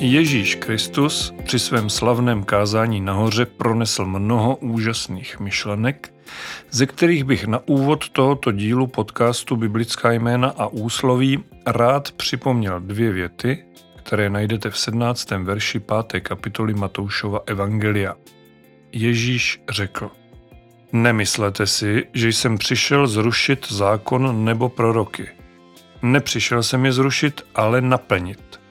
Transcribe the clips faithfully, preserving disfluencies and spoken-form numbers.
Ježíš Kristus při svém slavném kázání nahoře pronesl mnoho úžasných myšlenek, ze kterých bych na úvod tohoto dílu podcastu Biblická jména a úsloví rád připomněl dvě věty, které najdete v sedmnáctém verši páté kapitoly Matoušova evangelia. Ježíš řekl: Nemyslete si, že jsem přišel zrušit zákon nebo proroky. Nepřišel jsem je zrušit, ale naplnit.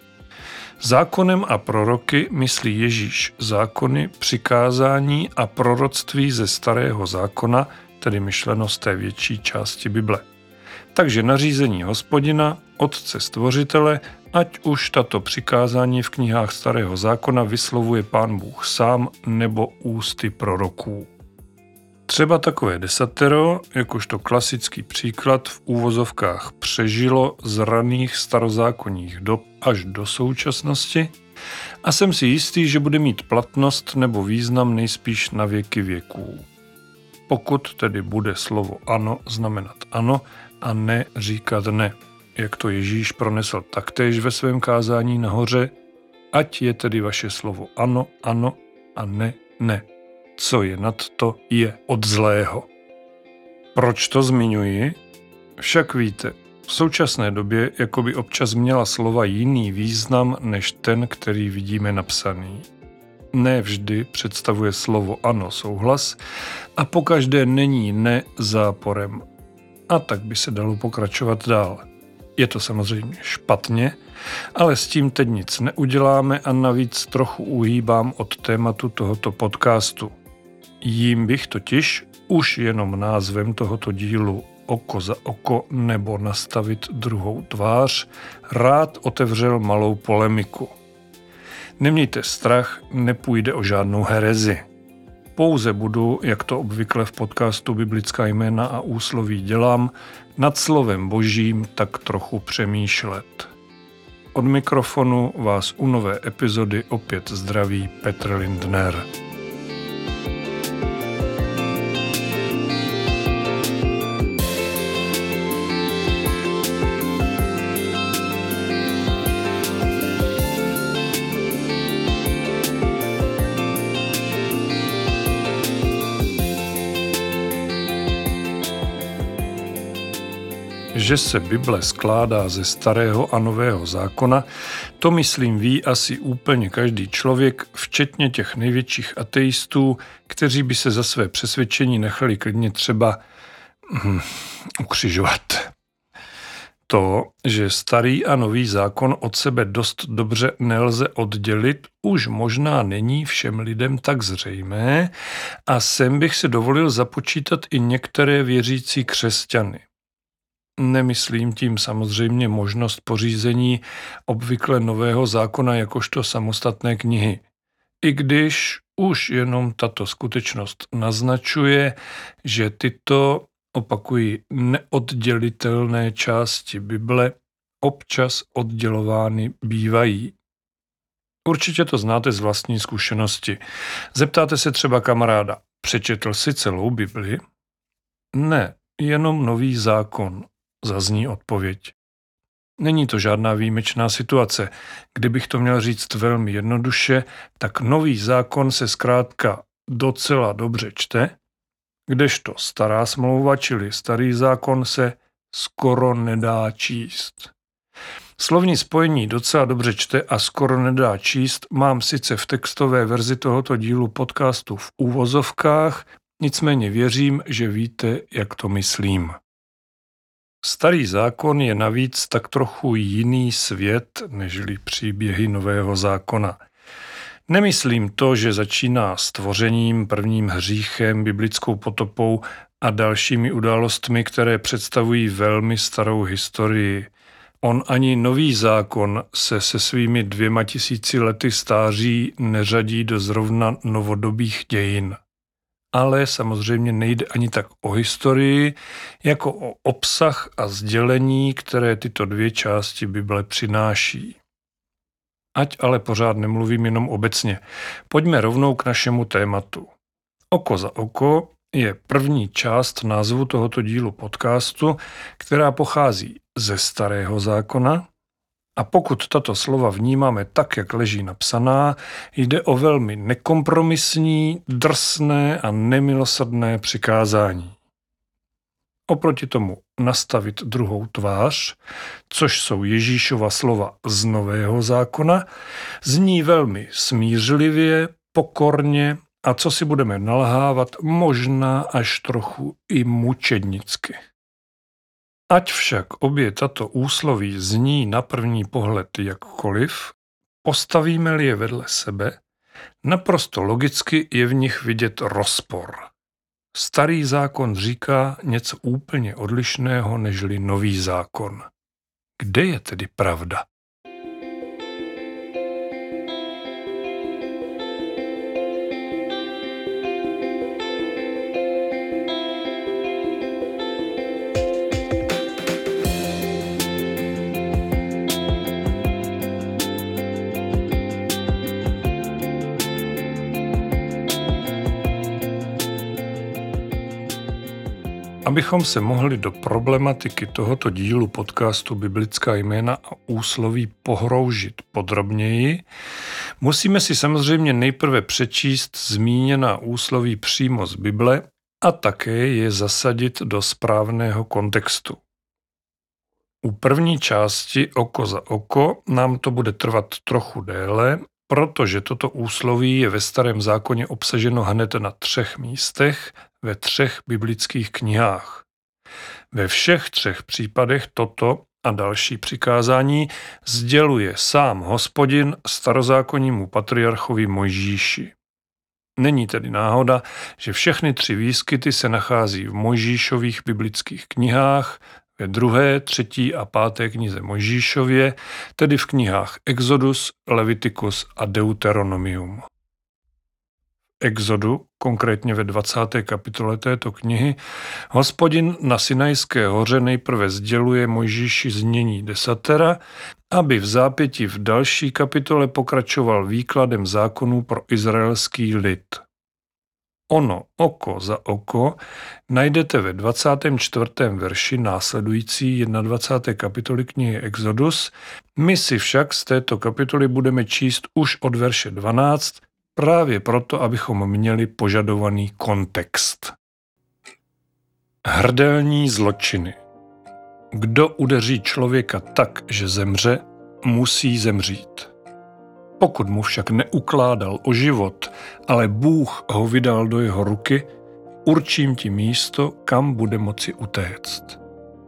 Zákonem a proroky myslí Ježíš zákony, přikázání a proroctví ze starého zákona, tedy myšleno z té větší části Bible. Takže nařízení Hospodina, Otce Stvořitele, ať už tato přikázání v knihách starého zákona vyslovuje Pán Bůh sám nebo ústy proroků. Třeba takové desatero, jakožto klasický příklad v úvozovkách přežilo z raných starozákonních dob až do současnosti a jsem si jistý, že bude mít platnost nebo význam nejspíš na věky věků. Pokud tedy bude slovo ano znamenat ano a ne říkat ne, jak to Ježíš pronesl taktéž ve svém kázání nahoře, ať je tedy vaše slovo ano, ano a ne, ne. Co je nad to, je od zlého. Proč to zmiňuji? Však víte, v současné době jakoby občas měla slova jiný význam než ten, který vidíme napsaný. Ne vždy představuje slovo ano souhlas a pokaždé není ne záporem. A tak by se dalo pokračovat dál. Je to samozřejmě špatně, ale s tím teď nic neuděláme a navíc trochu uhýbám od tématu tohoto podcastu. Jím bych totiž už jenom názvem tohoto dílu Oko za oko nebo nastavit druhou tvář rád otevřel malou polemiku. Nemějte strach, nepůjde o žádnou herezi. Pouze budu, jak to obvykle v podcastu Biblická jména a úsloví dělám, nad slovem Božím tak trochu přemýšlet. Od mikrofonu vás u nové epizody opět zdraví Petr Lindner. Že se Bible skládá ze starého a nového zákona, to myslím ví asi úplně každý člověk, včetně těch největších ateistů, kteří by se za své přesvědčení nechali klidně třeba hm, ukřižovat. To, že starý a nový zákon od sebe dost dobře nelze oddělit, už možná není všem lidem tak zřejmé a sem bych si dovolil započítat i některé věřící křesťany. Nemyslím tím samozřejmě možnost pořízení obvykle nového zákona jakožto samostatné knihy. I když už jenom tato skutečnost naznačuje, že tyto, opakuji, neoddělitelné části Bible občas oddělovány bývají. Určitě to znáte z vlastní zkušenosti. Zeptáte se třeba kamaráda, přečetl si celou Bibli? Ne, jenom nový zákon. Zazní odpověď. Není to žádná výjimečná situace. Kdybych to měl říct velmi jednoduše, tak nový zákon se zkrátka docela dobře čte, kdežto stará smlouva, čili starý zákon, se skoro nedá číst. Slovní spojení docela dobře čte a skoro nedá číst mám sice v textové verzi tohoto dílu podcastu v úvozovkách, nicméně věřím, že víte, jak to myslím. Starý zákon je navíc tak trochu jiný svět, nežli příběhy nového zákona. Nemyslím to, že začíná stvořením, prvním hříchem, biblickou potopou a dalšími událostmi, které představují velmi starou historii. On ani nový zákon se se svými dvěma tisíci lety stáří neřadí do zrovna novodobých dějin. Ale samozřejmě nejde ani tak o historii, jako o obsah a sdělení, které tyto dvě části Bible přináší. Ať ale pořád nemluvím jenom obecně. Pojďme rovnou k našemu tématu. Oko za oko je první část názvu tohoto dílu podcastu, která pochází ze starého zákona A pokud tato slova vnímáme tak, jak leží napsaná, jde o velmi nekompromisní, drsné a nemilosrdné přikázání. Oproti tomu nastavit druhou tvář, což jsou Ježíšova slova z Nového zákona, zní velmi smířlivě, pokorně a co si budeme nalhávat, možná až trochu i mučednicky. Ať však obě tato úsloví zní na první pohled jakkoliv, postavíme-li je vedle sebe, naprosto logicky je v nich vidět rozpor. Starý zákon říká něco úplně odlišného nežli nový zákon. Kde je tedy pravda? Abychom se mohli do problematiky tohoto dílu podcastu Biblická jména a úsloví pohroužit podrobněji, musíme si samozřejmě nejprve přečíst zmíněná úsloví přímo z Bible a také je zasadit do správného kontextu. U první části oko za oko nám to bude trvat trochu déle, protože toto úsloví je ve Starém zákoně obsaženo hned na třech místech ve třech biblických knihách. Ve všech třech případech toto a další přikázání sděluje sám Hospodin starozákonnímu patriarchovi Mojžíši. Není tedy náhoda, že všechny tři výskyty se nachází v Mojžíšových biblických knihách, ve druhé, třetí a páté knize Mojžíšově, tedy v knihách Exodus, Levitikus a Deuteronomium. Exodu, konkrétně ve dvacáté kapitole této knihy, Hospodin na Sinajské hoře nejprve sděluje Mojžíši znění desatera, aby v zápětí v další kapitole pokračoval výkladem zákonů pro izraelský lid. Ono oko za oko najdete ve dvacátém čtvrtém verši následující dvacáté první kapitoly knihy Exodus, my si však z této kapitoly budeme číst už od verše dvanáct, právě proto, abychom měli požadovaný kontext. Hrdelní zločiny. Kdo udeří člověka tak, že zemře, musí zemřít. Pokud mu však neukládal o život, ale Bůh ho vydal do jeho ruky, určím ti místo, kam bude moci utéct.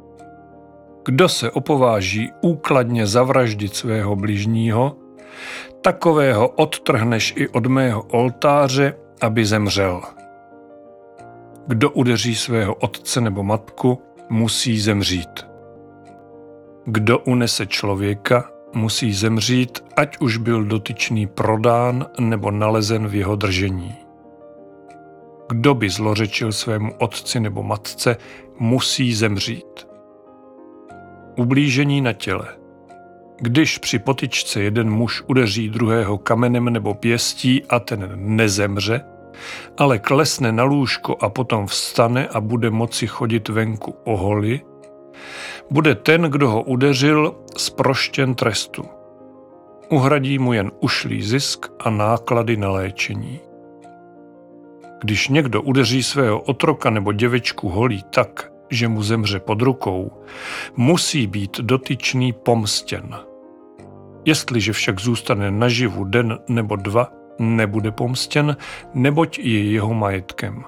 Kdo se opováží úkladně zavraždit svého bližního, takového odtrhneš i od mého oltáře, aby zemřel. Kdo udeří svého otce nebo matku, musí zemřít. Kdo unese člověka, musí zemřít, ať už byl dotyčný prodán nebo nalezen v jeho držení. Kdo by zlořečil svému otci nebo matce, musí zemřít. Ublížení na těle. Když při potyčce jeden muž udeří druhého kamenem nebo pěstí a ten nezemře, ale klesne na lůžko a potom vstane a bude moci chodit venku oholi, bude ten, kdo ho udeřil, zproštěn trestu. Uhradí mu jen ušlý zisk a náklady na léčení. Když někdo udeří svého otroka nebo děvečku holí tak, že mu zemře pod rukou, musí být dotyčný pomstěn. Jestliže však zůstane naživu den nebo dva, nebude pomstěn, neboť je jeho majetkem.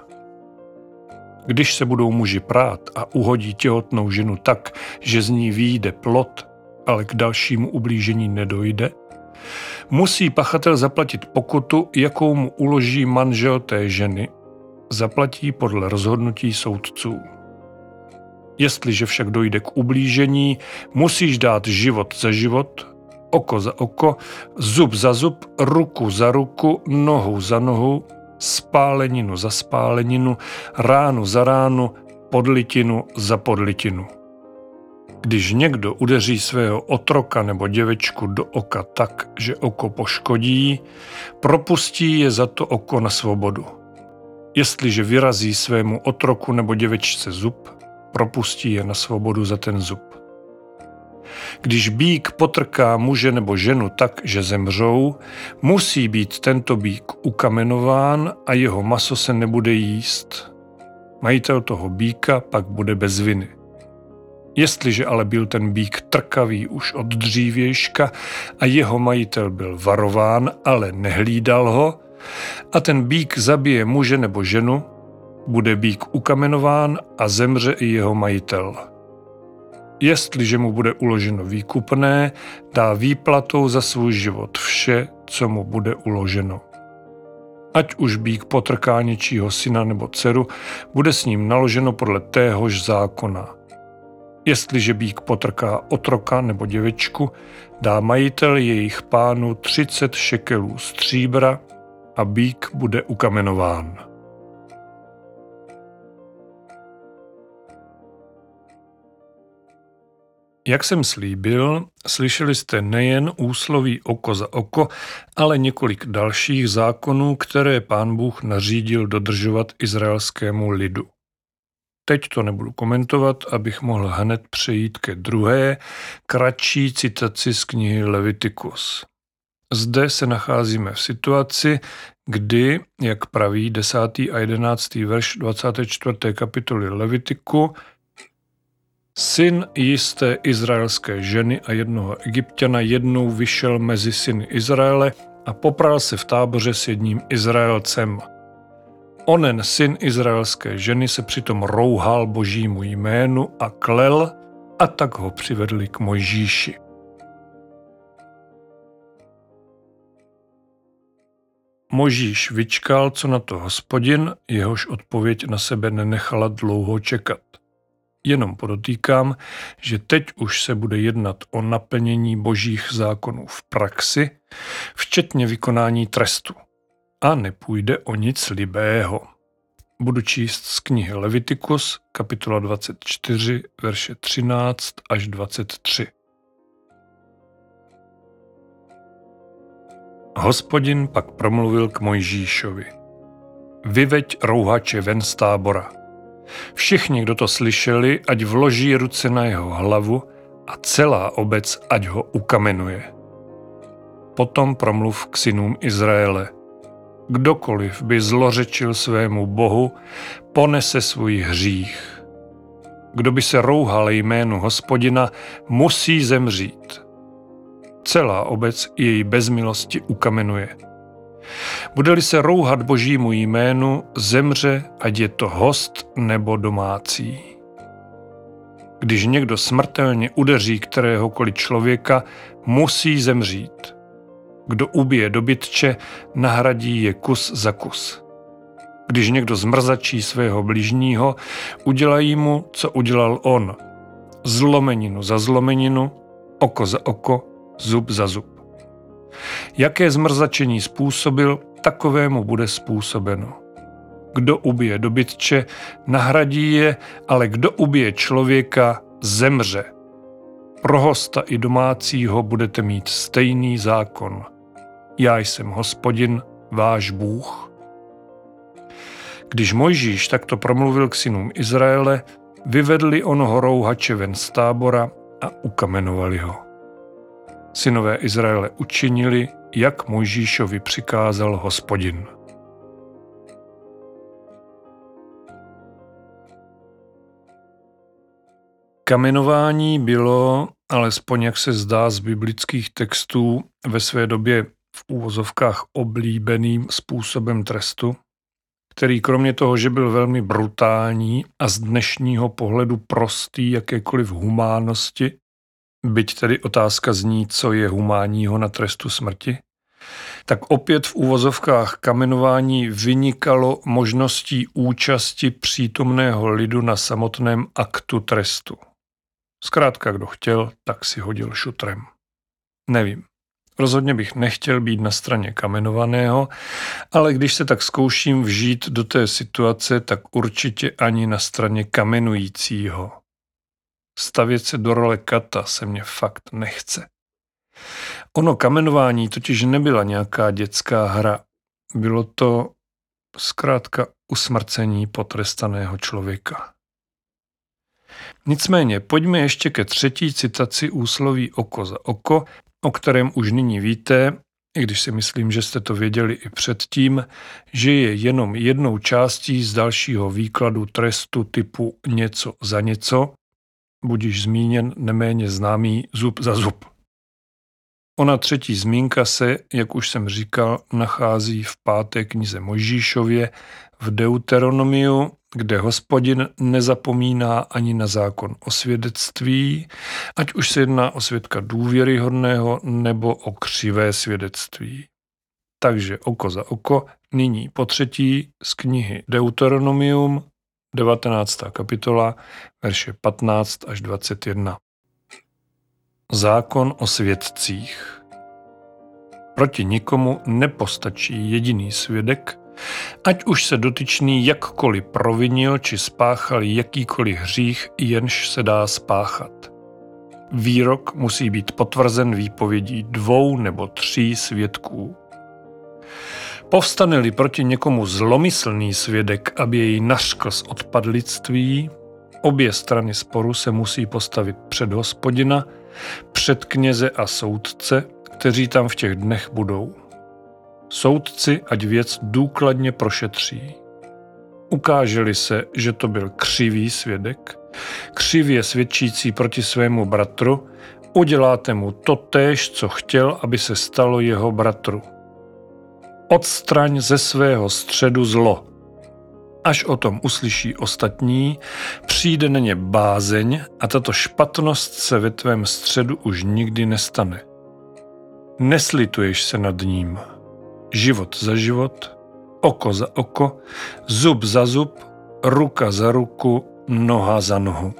Když se budou muži prát a uhodí těhotnou ženu tak, že z ní vyjde plod, ale k dalšímu ublížení nedojde, musí pachatel zaplatit pokutu, jakou mu uloží manžel té ženy, zaplatí podle rozhodnutí soudců. Jestliže však dojde k ublížení, musíš dát život za život, oko za oko, zub za zub, ruku za ruku, nohu za nohu, spáleninu za spáleninu, ránu za ránu, podlitinu za podlitinu. Když někdo udeří svého otroka nebo děvečku do oka tak, že oko poškodí, propustí je za to oko na svobodu. Jestliže vyrazí svému otroku nebo děvečce zub, propustí je na svobodu za ten zub. Když býk potrká muže nebo ženu tak, že zemřou, musí být tento býk ukamenován a jeho maso se nebude jíst. Majitel toho býka pak bude bez viny. Jestliže ale byl ten býk trkavý už od dřívějška a jeho majitel byl varován, ale nehlídal ho, a ten býk zabije muže nebo ženu, bude býk ukamenován a zemře i jeho majitel. Jestliže mu bude uloženo výkupné, dá výplatou za svůj život vše, co mu bude uloženo. Ať už býk potrká něčího syna nebo dceru, bude s ním naloženo podle téhož zákona. Jestliže býk potrká otroka nebo děvečku, dá majitel jejich pánu třicet šekelů stříbra a býk bude ukamenován. Jak jsem slíbil, slyšeli jste nejen úsloví oko za oko, ale několik dalších zákonů, které Pán Bůh nařídil dodržovat izraelskému lidu. Teď to nebudu komentovat, abych mohl hned přejít ke druhé, kratší citaci z knihy Levitikus. Zde se nacházíme v situaci, kdy, jak praví desátý a jedenáctý verš dvacáté čtvrté kapitoly Levitiku, syn jisté izraelské ženy a jednoho Egypťana jednou vyšel mezi syny Izraele a popral se v táboře s jedním Izraelcem. Onen syn izraelské ženy se přitom rouhal Božímu jménu a klel, a tak ho přivedli k Mojžíši. Mojžíš vyčkal, co na to Hospodin, jehož odpověď na sebe nenechala dlouho čekat. Jenom podotýkám, že teď už se bude jednat o naplnění božích zákonů v praxi, včetně vykonání trestu. A nepůjde o nic libého. Budu číst z knihy Levitikus, kapitola dvacet čtyři, verše třináct až dvacet tři. Hospodin pak promluvil k Mojžíšovi. Vyveď rouhače ven z tábora. Všichni, kdo to slyšeli, ať vloží ruce na jeho hlavu a celá obec ať ho ukamenuje. Potom promluv k synům Izraele. Kdokoliv by zlořečil svému Bohu, ponese svůj hřích. Kdo by se rouhal jménu Hospodina, musí zemřít. Celá obec její bez milosti ukamenuje. Bude-li se rouhat Božímu jménu, zemře, ať je to host nebo domácí. Když někdo smrtelně udeří kteréhokoliv člověka, musí zemřít. Kdo ubije dobytče, nahradí je kus za kus. Když někdo zmrzačí svého bližního, udělají mu, co udělal on. Zlomeninu za zlomeninu, oko za oko, zub za zub. Jaké zmrzačení způsobil, takovému bude způsobeno. Kdo ubije dobytče, nahradí je, ale kdo ubije člověka, zemře. Pro hosta i domácího budete mít stejný zákon. Já jsem Hospodin, váš Bůh. Když Mojžíš takto promluvil k synům Izraele, vyvedli onoho rouhače ven z tábora a ukamenovali ho. Synové Izraele učinili, jak Mojžíšovi přikázal Hospodin. Kamenování bylo, alespoň jak se zdá z biblických textů, ve své době v úvozovkách oblíbeným způsobem trestu, který kromě toho, že byl velmi brutální a z dnešního pohledu prostý jakékoliv humánnosti, byť tedy otázka zní, co je humánního na trestu smrti, tak opět v úvozovkách kamenování vynikalo možností účasti přítomného lidu na samotném aktu trestu. Zkrátka, kdo chtěl, tak si hodil šutrem. Nevím. Rozhodně bych nechtěl být na straně kamenovaného, ale když se tak zkouším vžít do té situace, tak určitě ani na straně kamenujícího. Stavět se do role kata se mně fakt nechce. Ono kamenování totiž nebyla nějaká dětská hra. Bylo to zkrátka usmrcení potrestaného člověka. Nicméně pojďme ještě ke třetí citaci úsloví oko za oko, o kterém už nyní víte, i když si myslím, že jste to věděli i předtím, že je jenom jednou částí z dalšího výkladu trestu typu něco za něco, budiž zmíněn neméně známý zub za zub. Ona třetí zmínka se, jak už jsem říkal, nachází v páté knize Mojžíšově v Deuteronomiu, kde Hospodin nezapomíná ani na zákon o svědectví, ať už se jedná o svědka důvěryhodného nebo o křivé svědectví. Takže oko za oko, nyní po třetí z knihy Deuteronomium, devatenáctá kapitola, verše patnáct až dvacet jedna. Zákon o svědcích. Proti nikomu nepostačí jediný svědek, ať už se dotyčný jakkoliv provinil či spáchal jakýkoliv hřích, jenž se dá spáchat. Výrok musí být potvrzen výpovědí dvou nebo tří svědků. Povstane-li proti někomu zlomyslný svědek, aby jej nařkl z odpadlictví, obě strany sporu se musí postavit před Hospodina, před kněze a soudce, kteří tam v těch dnech budou. Soudci ať věc důkladně prošetří. Ukáže-li se, že to byl křivý svědek, křivě svědčící proti svému bratru, uděláte mu totéž, co chtěl, aby se stalo jeho bratru. Odstraň ze svého středu zlo. Až o tom uslyší ostatní, přijde na ně bázeň a tato špatnost se ve tvém středu už nikdy nestane. Neslituješ se nad ním. Život za život, oko za oko, zub za zub, ruka za ruku, noha za nohu.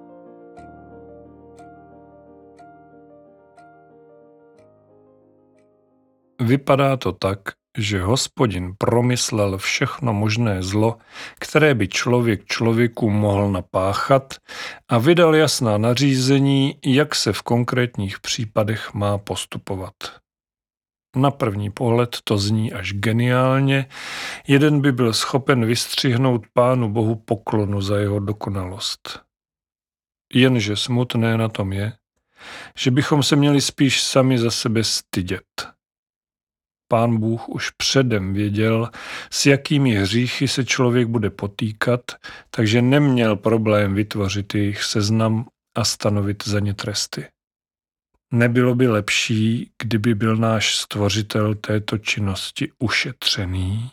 Vypadá to tak, že Hospodin promyslel všechno možné zlo, které by člověk člověku mohl napáchat, a vydal jasná nařízení, jak se v konkrétních případech má postupovat. Na první pohled to zní až geniálně, jeden by byl schopen vystřihnout Pánu Bohu poklonu za jeho dokonalost. Jenže smutné na tom je, že bychom se měli spíš sami za sebe stydět. Pán Bůh už předem věděl, s jakými hříchy se člověk bude potýkat, takže neměl problém vytvořit jejich seznam a stanovit za ně tresty. Nebylo by lepší, kdyby byl náš stvořitel této činnosti ušetřený?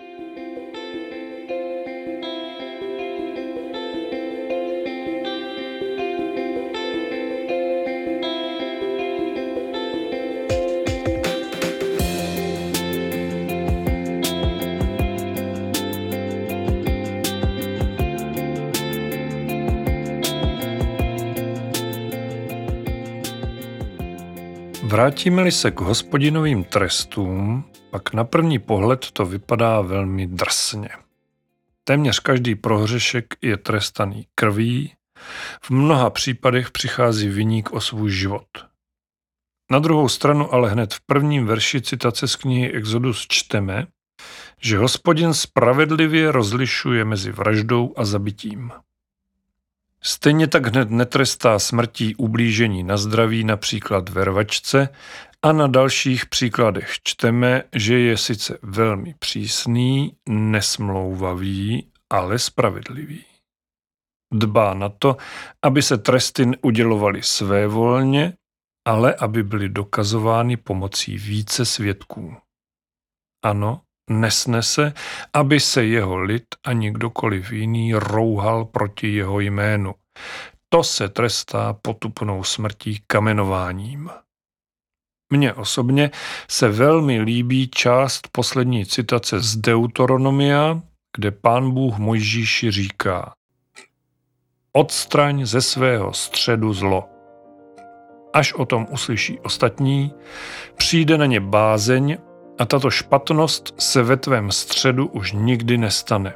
Vrátíme-li se k Hospodinovým trestům, pak na první pohled to vypadá velmi drsně. Téměř každý prohřešek je trestaný krví, v mnoha případech přichází viník o svůj život. Na druhou stranu ale hned v prvním verši citace z knihy Exodus čteme, že Hospodin spravedlivě rozlišuje mezi vraždou a zabitím. Stejně tak hned netrestá smrtí ublížení na zdraví, například ve rvačce, a na dalších příkladech čteme, že je sice velmi přísný, nesmlouvavý, ale spravedlivý. Dbá na to, aby se tresty udělovaly svévolně, ale aby byly dokazovány pomocí více svědků. Ano, nesnese, aby se jeho lid ani kdokoliv jiný rouhal proti jeho jménu. To se trestá potupnou smrtí kamenováním. Mně osobně se velmi líbí část poslední citace z Deuteronomia, kde Pán Bůh Mojžíši říká: Odstraň ze svého středu zlo. Až o tom uslyší ostatní, přijde na ně bázeň a tato špatnost se ve tvém středu už nikdy nestane.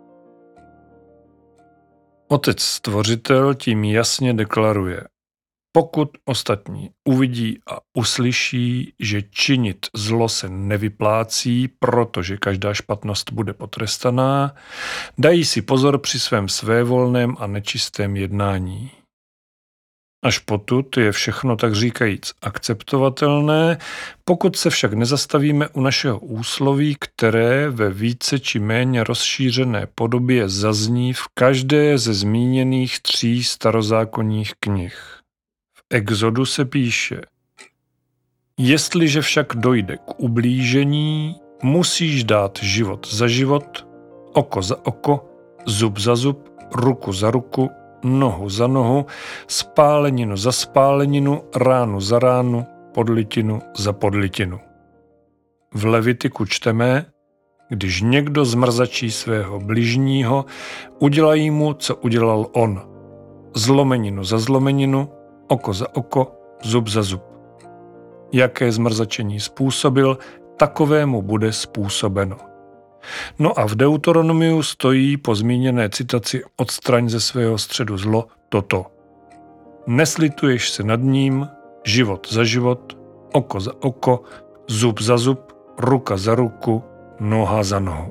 Otec Stvořitel tím jasně deklaruje: Pokud ostatní uvidí a uslyší, že činit zlo se nevyplácí, protože každá špatnost bude potrestaná, dají si pozor při svém svévolném a nečistém jednání. Až potud je všechno tak říkajíc akceptovatelné, pokud se však nezastavíme u našeho úsloví, které ve více či méně rozšířené podobě zazní v každé ze zmíněných tří starozákonních knih. V Exodu se píše: Jestliže však dojde k ublížení, musíš dát život za život, oko za oko, zub za zub, ruku za ruku, nohu za nohu, spáleninu za spáleninu, ránu za ránu, podlitinu za podlitinu. V Levitiku čteme: Když někdo zmrzačí svého bližního, udělají mu, co udělal on. Zlomeninu za zlomeninu, oko za oko, zub za zub. Jaké zmrzačení způsobil, takovému bude způsobeno. No a v Deuteronomiu stojí po zmíněné citaci odstraň ze svého středu zlo toto: Neslituješ se nad ním, život za život, oko za oko, zub za zub, ruka za ruku, noha za nohu.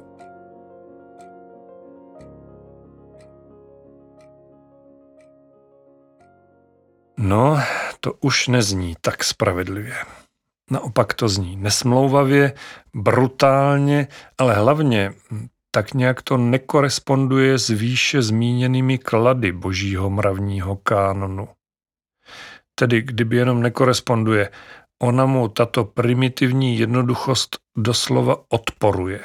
No, to už nezní tak spravedlivě. Naopak to zní nesmlouvavě, brutálně, ale hlavně tak nějak to nekoresponduje s výše zmíněnými klady božího mravního kánonu. Tedy kdyby jenom nekoresponduje, ona mu tato primitivní jednoduchost doslova odporuje.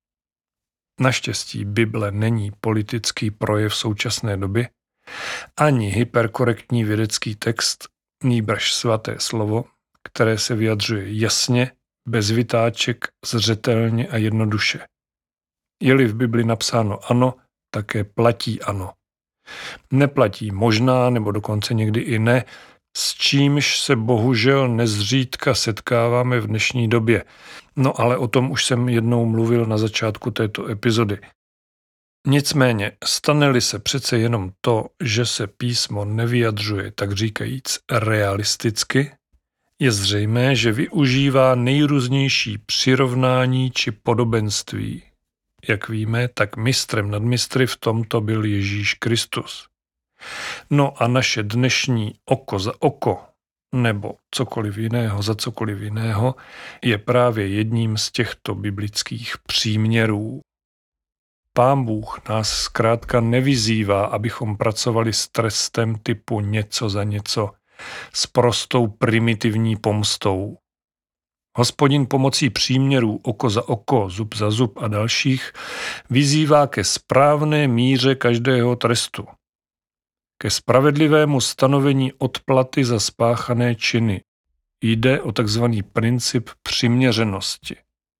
Naštěstí Bible není politický projev současné doby, ani hyperkorektní vědecký text, nýbrž svaté slovo, které se vyjadřuje jasně, bez vytáček, zřetelně a jednoduše. Je-li v Bibli napsáno ano, také platí ano. Neplatí možná, nebo dokonce někdy i ne, s čímž se bohužel nezřídka setkáváme v dnešní době. No ale o tom už jsem jednou mluvil na začátku této epizody. Nicméně, stane-li se přece jenom to, že se písmo nevyjadřuje, tak říkajíc, realisticky, je zřejmé, že využívá nejrůznější přirovnání či podobenství. Jak víme, tak mistrem nad mistry v tomto byl Ježíš Kristus. No a naše dnešní oko za oko, nebo cokoliv jiného za cokoliv jiného, je právě jedním z těchto biblických příměrů. Pán Bůh nás zkrátka nevyzývá, abychom pracovali s trestem typu něco za něco, s prostou primitivní pomstou. Hospodin pomocí příměrů oko za oko, zub za zub a dalších vyzývá ke správné míře každého trestu, ke spravedlivému stanovení odplaty za spáchané činy. Jde o takzvaný princip přiměřenosti.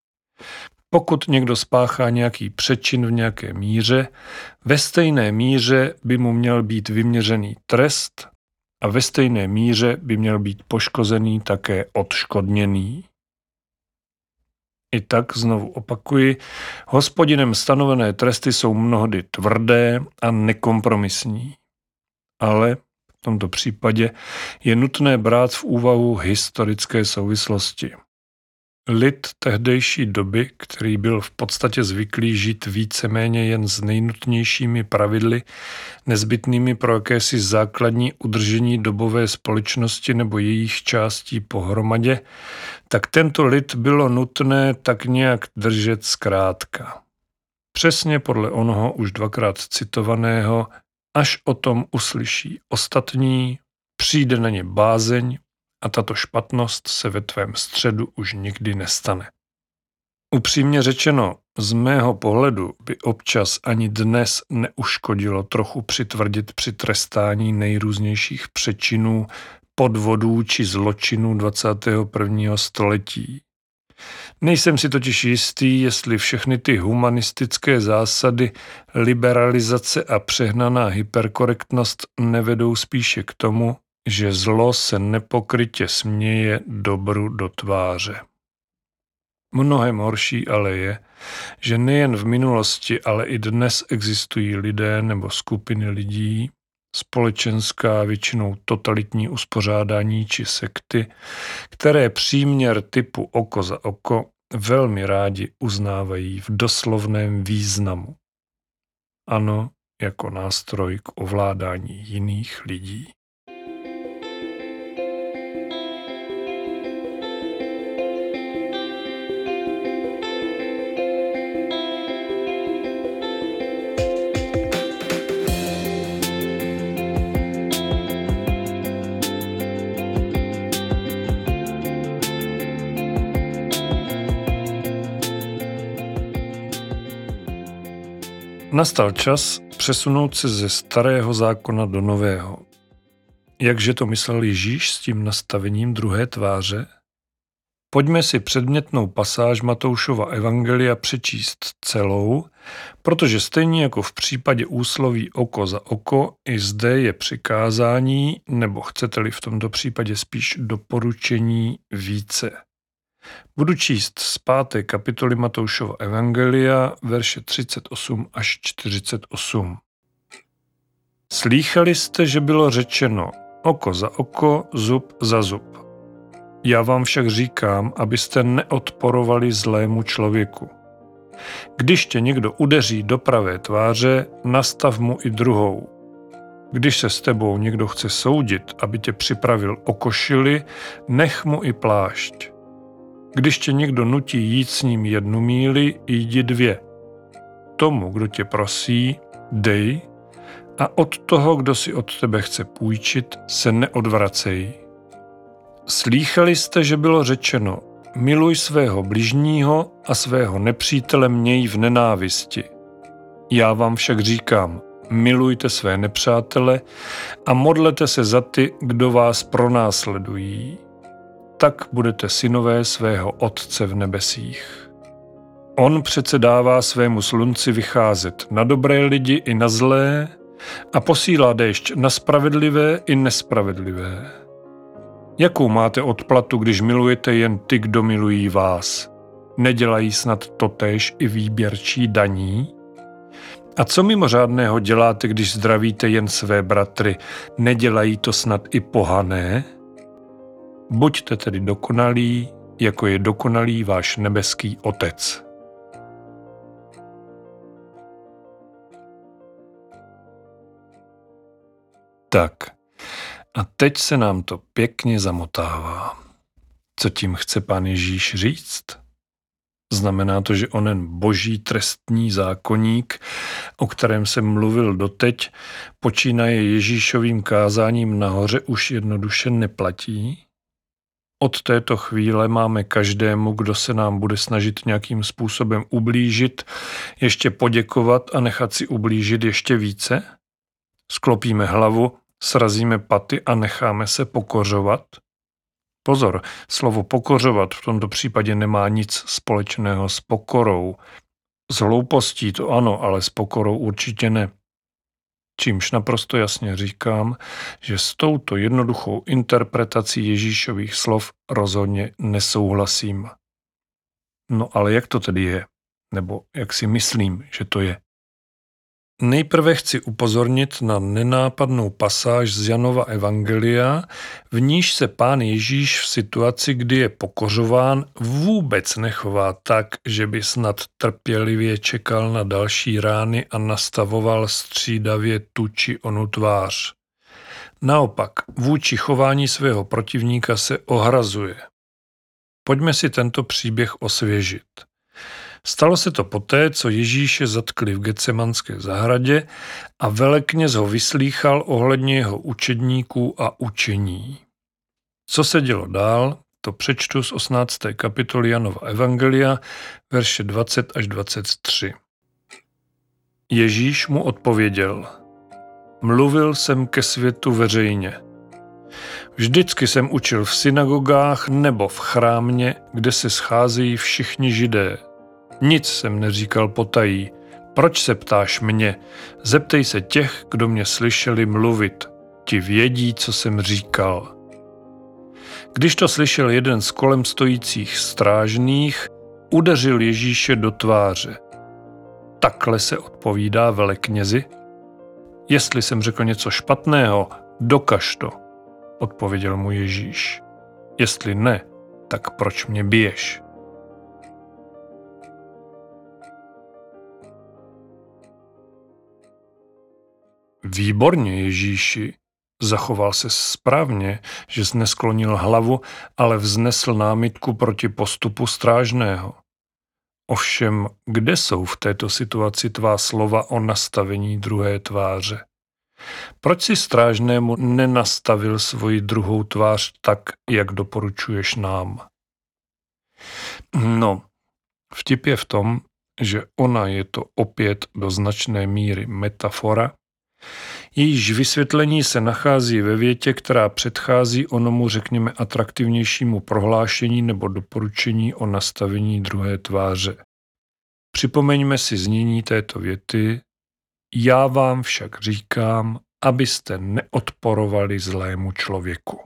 Pokud někdo spáchá nějaký přečin v nějaké míře, ve stejné míře by mu měl být vyměřený trest a ve stejné míře by měl být poškozený také odškodněný. I tak znovu opakuji, Hospodinem stanovené tresty jsou mnohdy tvrdé a nekompromisní. Ale v tomto případě je nutné brát v úvahu historické souvislosti. Lid tehdejší doby, který byl v podstatě zvyklý žít víceméně jen s nejnutnějšími pravidly, nezbytnými pro jakési základní udržení dobové společnosti nebo jejich částí pohromadě, tak tento lid bylo nutné tak nějak držet zkrátka. Přesně podle onoho už dvakrát citovaného, až o tom uslyší ostatní, přijde na ně bázeň, a tato špatnost se ve tvém středu už nikdy nestane. Upřímně řečeno, z mého pohledu by občas ani dnes neuškodilo trochu přitvrdit při trestání nejrůznějších přečinů, podvodů či zločinů dvacátého prvního století. Nejsem si totiž jistý, jestli všechny ty humanistické zásady, liberalizace a přehnaná hyperkorektnost nevedou spíše k tomu, že zlo se nepokrytě směje dobru do tváře. Mnohem horší ale je, že nejen v minulosti, ale i dnes existují lidé nebo skupiny lidí, společenská, většinou totalitní uspořádání či sekty, které příměr typu oko za oko velmi rádi uznávají v doslovném významu. Ano, jako nástroj k ovládání jiných lidí. Nastal čas přesunout se ze starého zákona do nového. Jakže to myslel Ježíš s tím nastavením druhé tváře? Pojďme si předmětnou pasáž Matoušova evangelia přečíst celou, protože stejně jako v případě úsloví oko za oko, i zde je přikázání, nebo chcete-li v tomto případě spíš doporučení více. Budu číst z páté kapitoly Matoušova evangelia, verše třicet osm až čtyřicet osm. Slýchali jste, že bylo řečeno oko za oko, zub za zub. Já vám však říkám, abyste neodporovali zlému člověku. Když tě někdo udeří do pravé tváře, nastav mu i druhou. Když se s tebou někdo chce soudit, aby tě připravil o košili, nech mu i plášť. Když tě někdo nutí jít s ním jednu míli, jdi dvě. Tomu, kdo tě prosí, dej, a od toho, kdo si od tebe chce půjčit, se neodvracej. Slýchali jste, že bylo řečeno, miluj svého bližního a svého nepřítele měj v nenávisti. Já vám však říkám, milujte své nepřátele a modlete se za ty, kdo vás pronásledují. Tak budete synové svého Otce v nebesích. On přece dává svému slunci vycházet na dobré lidi i na zlé a posílá déšť na spravedlivé i nespravedlivé. Jakou máte odplatu, když milujete jen ty, kdo milují vás? Nedělají snad totéž i výběrčí daní? A co mimořádného děláte, když zdravíte jen své bratry? Nedělají to snad i pohané? Buďte tedy dokonalí, jako je dokonalý váš nebeský Otec. Tak, a teď se nám to pěkně zamotává. Co tím chce Pán Ježíš říct? Znamená to, že onen boží trestní zákoník, o kterém jsem mluvil doteď, počínaje Ježíšovým kázáním nahoře, už jednoduše neplatí? Od této chvíle máme každému, kdo se nám bude snažit nějakým způsobem ublížit, ještě poděkovat a nechat si ublížit ještě více? Sklopíme hlavu, srazíme paty a necháme se pokořovat? Pozor, slovo pokořovat v tomto případě nemá nic společného s pokorou. S hloupostí to ano, ale s pokorou určitě ne. Čímž naprosto jasně říkám, že s touto jednoduchou interpretací Ježíšových slov rozhodně nesouhlasím. No ale jak to tedy je? Nebo jak si myslím, že to je? Nejprve chci upozornit na nenápadnou pasáž z Janova evangelia, v níž se Pán Ježíš v situaci, kdy je pokořován, vůbec nechová tak, že by snad trpělivě čekal na další rány a nastavoval střídavě tu či onu tvář. Naopak, vůči chování svého protivníka se ohrazuje. Pojďme si tento příběh osvěžit. Stalo se to poté, co Ježíše zatkli v Getsemanské zahradě a velekněz ho vyslýchal ohledně jeho učedníků a učení. Co se dělo dál, to přečtu z osmnácté kapitoly Janova evangelia, verše dvacet až dvacet tři. Ježíš mu odpověděl, mluvil jsem ke světu veřejně. Vždycky jsem učil v synagogách nebo v chrámě, kde se scházejí všichni Židé. Nic jsem neříkal potají. Proč se ptáš mě? Zeptej se těch, kdo mě slyšeli mluvit. Ti vědí, co jsem říkal. Když to slyšel jeden z kolem stojících strážných, udeřil Ježíše do tváře. Takhle se odpovídá veleknězi? Jestli jsem řekl něco špatného, dokaž to, odpověděl mu Ježíš. Jestli ne, tak proč mě biješ? Výborně, Ježíši, zachoval se správně, že jsi nesklonil hlavu, ale vznesl námitku proti postupu strážného. Ovšem, kde jsou v této situaci tvá slova o nastavení druhé tváře? Proč si strážnému nenastavil svoji druhou tvář tak, jak doporučuješ nám? No, vtip je v tom, že ona je to opět do značné míry metafora, jejíž vysvětlení se nachází ve větě, která předchází onomu, řekněme, atraktivnějšímu prohlášení nebo doporučení o nastavení druhé tváře. Připomeňme si znění této věty: já vám však říkám, abyste neodporovali zlému člověku.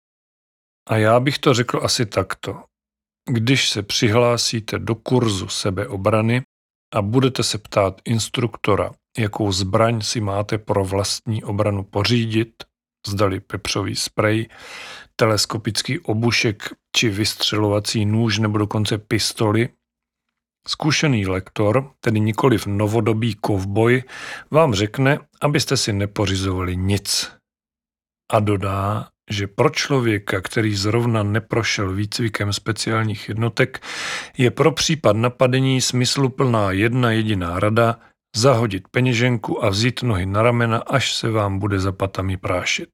A já bych to řekl asi takto. Když se přihlásíte do kurzu sebeobrany a budete se ptát instruktora, jakou zbraň si máte pro vlastní obranu pořídit, zdali pepřový sprej, teleskopický obušek či vystřelovací nůž nebo dokonce pistoli, zkušený lektor, tedy nikoliv novodobý kovboj, vám řekne, abyste si nepořizovali nic. A dodá, že pro člověka, který zrovna neprošel výcvikem speciálních jednotek, je pro případ napadení smysluplná jedna jediná rada: zahodit peněženku a vzít nohy na ramena, až se vám bude za patami prášit.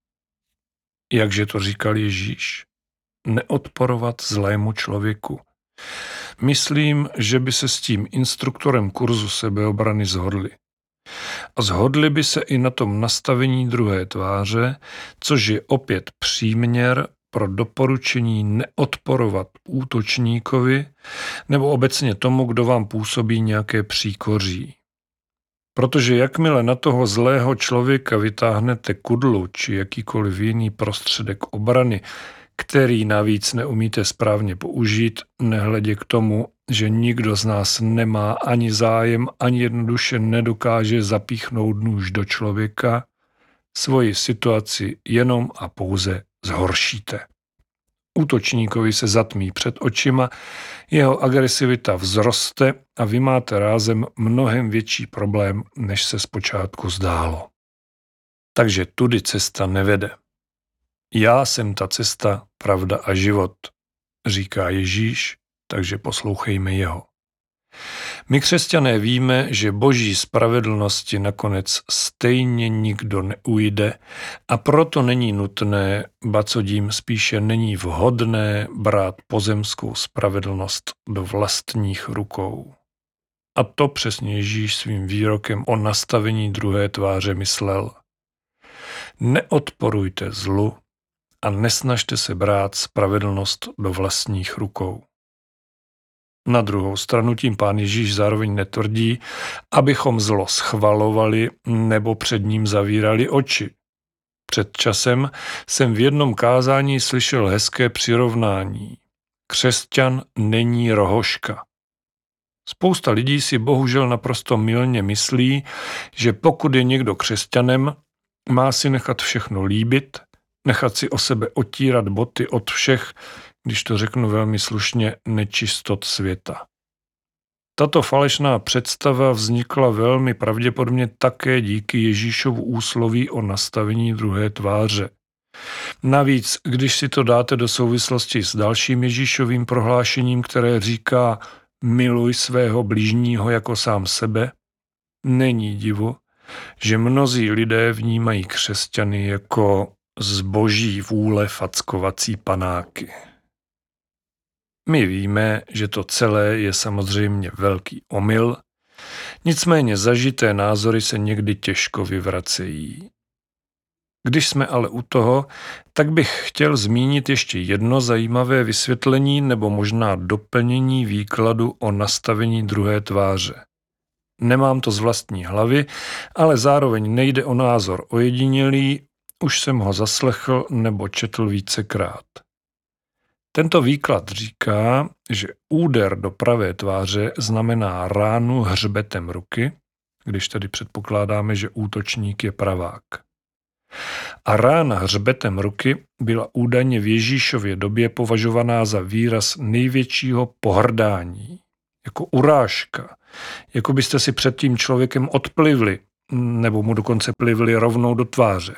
Jakže to říkal Ježíš? Neodporovat zlému člověku. Myslím, že by se s tím instruktorem kurzu sebeobrany shodli. A shodli by se i na tom nastavení druhé tváře, což je opět příměr pro doporučení neodporovat útočníkovi nebo obecně tomu, kdo vám působí nějaké příkoří. Protože jakmile na toho zlého člověka vytáhnete kudlu či jakýkoliv jiný prostředek obrany, který navíc neumíte správně použít, nehledě k tomu, že nikdo z nás nemá ani zájem, ani jednoduše nedokáže zapíchnout nůž do člověka, svoji situaci jenom a pouze zhoršíte. Útočníkovi se zatmí před očima, jeho agresivita vzroste a vy máte rázem mnohem větší problém, než se zpočátku zdálo. Takže tudy cesta nevede. Já jsem ta cesta, pravda a život, říká Ježíš, takže poslouchejme jeho. My křesťané víme, že boží spravedlnosti nakonec stejně nikdo neujde a proto není nutné, ba co dím spíše není vhodné brát pozemskou spravedlnost do vlastních rukou. A to přesně Ježíš svým výrokem o nastavení druhé tváře myslel. Neodporujte zlu a nesnažte se brát spravedlnost do vlastních rukou. Na druhou stranu tím pán Ježíš zároveň netvrdí, abychom zlo schvalovali nebo před ním zavírali oči. Před časem jsem v jednom kázání slyšel hezké přirovnání. Křesťan není rohoška. Spousta lidí si bohužel naprosto mylně myslí, že pokud je někdo křesťanem, má si nechat všechno líbit, nechat si o sebe otírat boty od všech, když to řeknu velmi slušně, nečistot světa. Tato falešná představa vznikla velmi pravděpodobně také díky Ježíšovu úsloví o nastavení druhé tváře. Navíc, když si to dáte do souvislosti s dalším Ježíšovým prohlášením, které říká miluj svého bližního jako sám sebe, není divu, že mnozí lidé vnímají křesťany jako z boží vůle fackovací panáky. My víme, že to celé je samozřejmě velký omyl, nicméně zažité názory se někdy těžko vyvracejí. Když jsme ale u toho, tak bych chtěl zmínit ještě jedno zajímavé vysvětlení nebo možná doplnění výkladu o nastavení druhé tváře. Nemám to z vlastní hlavy, ale zároveň nejde o názor ojedinělý, už jsem ho zaslechl nebo četl vícekrát. Tento výklad říká, že úder do pravé tváře znamená ránu hřbetem ruky, když tedy předpokládáme, že útočník je pravák. A rána hřbetem ruky byla údajně v Ježíšově době považovaná za výraz největšího pohrdání, jako urážka, jako byste si před tím člověkem odplivli, nebo mu dokonce plivli rovnou do tváře.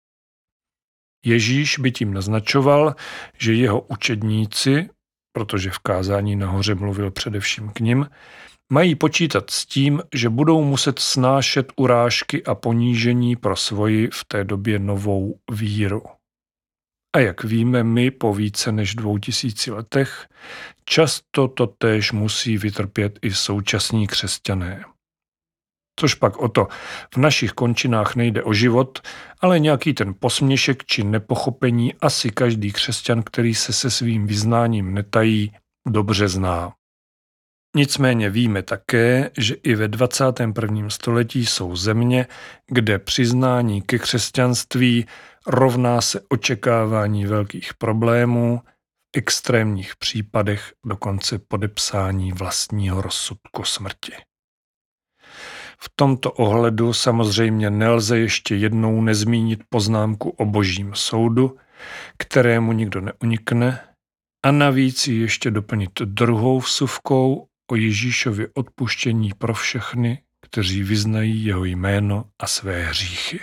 Ježíš by tím naznačoval, že jeho učedníci, protože v kázání nahoře mluvil především k nim, mají počítat s tím, že budou muset snášet urážky a ponížení pro svoji v té době novou víru. A jak víme my po více než dvou tisíci letech, často to též musí vytrpět i současní křesťané. Což pak o to, v našich končinách nejde o život, ale nějaký ten posměšek či nepochopení asi každý křesťan, který se se svým vyznáním netají, dobře zná. Nicméně víme také, že i ve dvacátém prvním století jsou země, kde přiznání ke křesťanství rovná se očekávání velkých problémů, v extrémních případech dokonce podepsání vlastního rozsudku smrti. V tomto ohledu samozřejmě nelze ještě jednou nezmínit poznámku o božím soudu, kterému nikdo neunikne, a navíc ji ještě doplnit druhou vsuvkou o Ježíšově odpuštění pro všechny, kteří vyznají jeho jméno a své hříchy.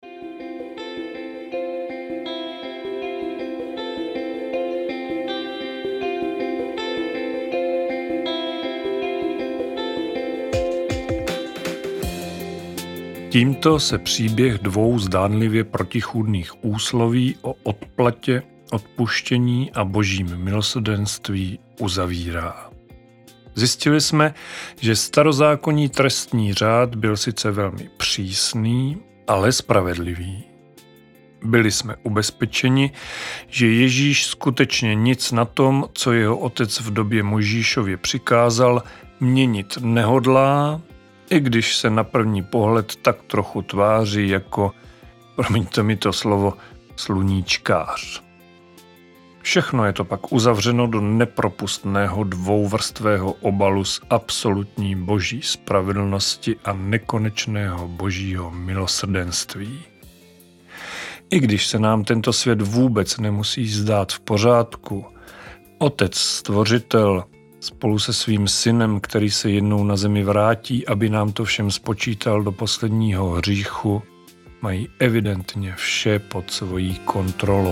Tímto se příběh dvou zdánlivě protichůdných úsloví o odplatě, odpuštění a božím milosrdenství uzavírá. Zjistili jsme, že starozákonní trestní řád byl sice velmi přísný, ale spravedlivý. Byli jsme ubezpečeni, že Ježíš skutečně nic na tom, co jeho otec v době Mojžíšově přikázal, měnit nehodlá, i když se na první pohled tak trochu tváří jako, promiňte mi to slovo, sluníčkář. Všechno je to pak uzavřeno do nepropustného dvouvrstvého obalu z absolutní boží spravedlnosti a nekonečného božího milosrdenství. I když se nám tento svět vůbec nemusí zdát v pořádku, Otec Stvořitel spolu se svým synem, který se jednou na zemi vrátí, aby nám to všem spočítal do posledního hříchu, mají evidentně vše pod svojí kontrolou.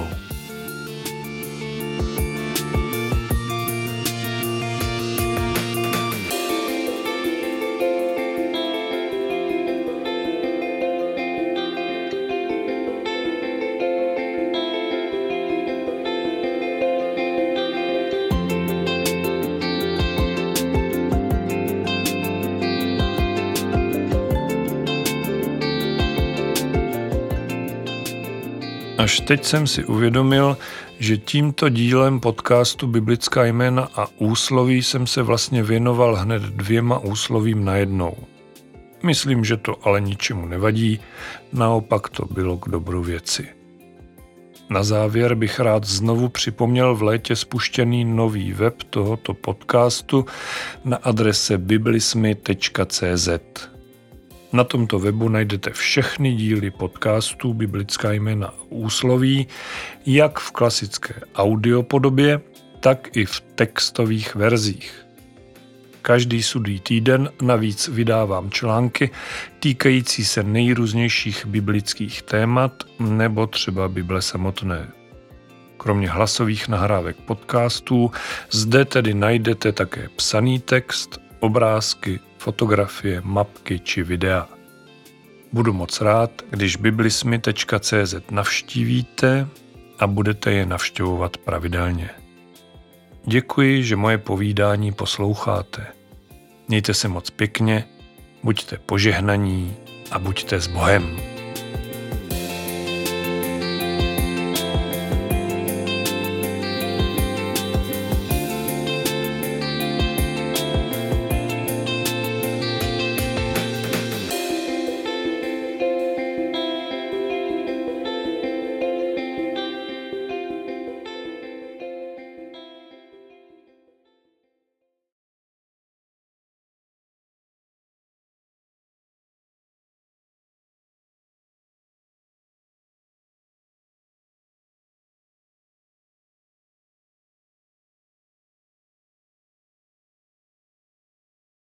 Až teď jsem si uvědomil, že tímto dílem podcastu Biblická jména a úsloví jsem se vlastně věnoval hned dvěma úslovím najednou. Myslím, že to ale ničemu nevadí, naopak to bylo k dobru věci. Na závěr bych rád znovu připomněl v létě spuštěný nový web tohoto podcastu na adrese biblismy tečka cé zet. Na tomto webu najdete všechny díly podcastů Biblická jména a úsloví, jak v klasické audiopodobě, tak i v textových verzích. Každý sudý týden navíc vydávám články týkající se nejrůznějších biblických témat nebo třeba Bible samotné. Kromě hlasových nahrávek podcastů zde tedy najdete také psaný text, obrázky, fotografie, mapky či videa. Budu moc rád, když biblismy tečka cé zet navštívíte a budete je navštěvovat pravidelně. Děkuji, že moje povídání posloucháte. Mějte se moc pěkně, buďte požehnaní a buďte s Bohem.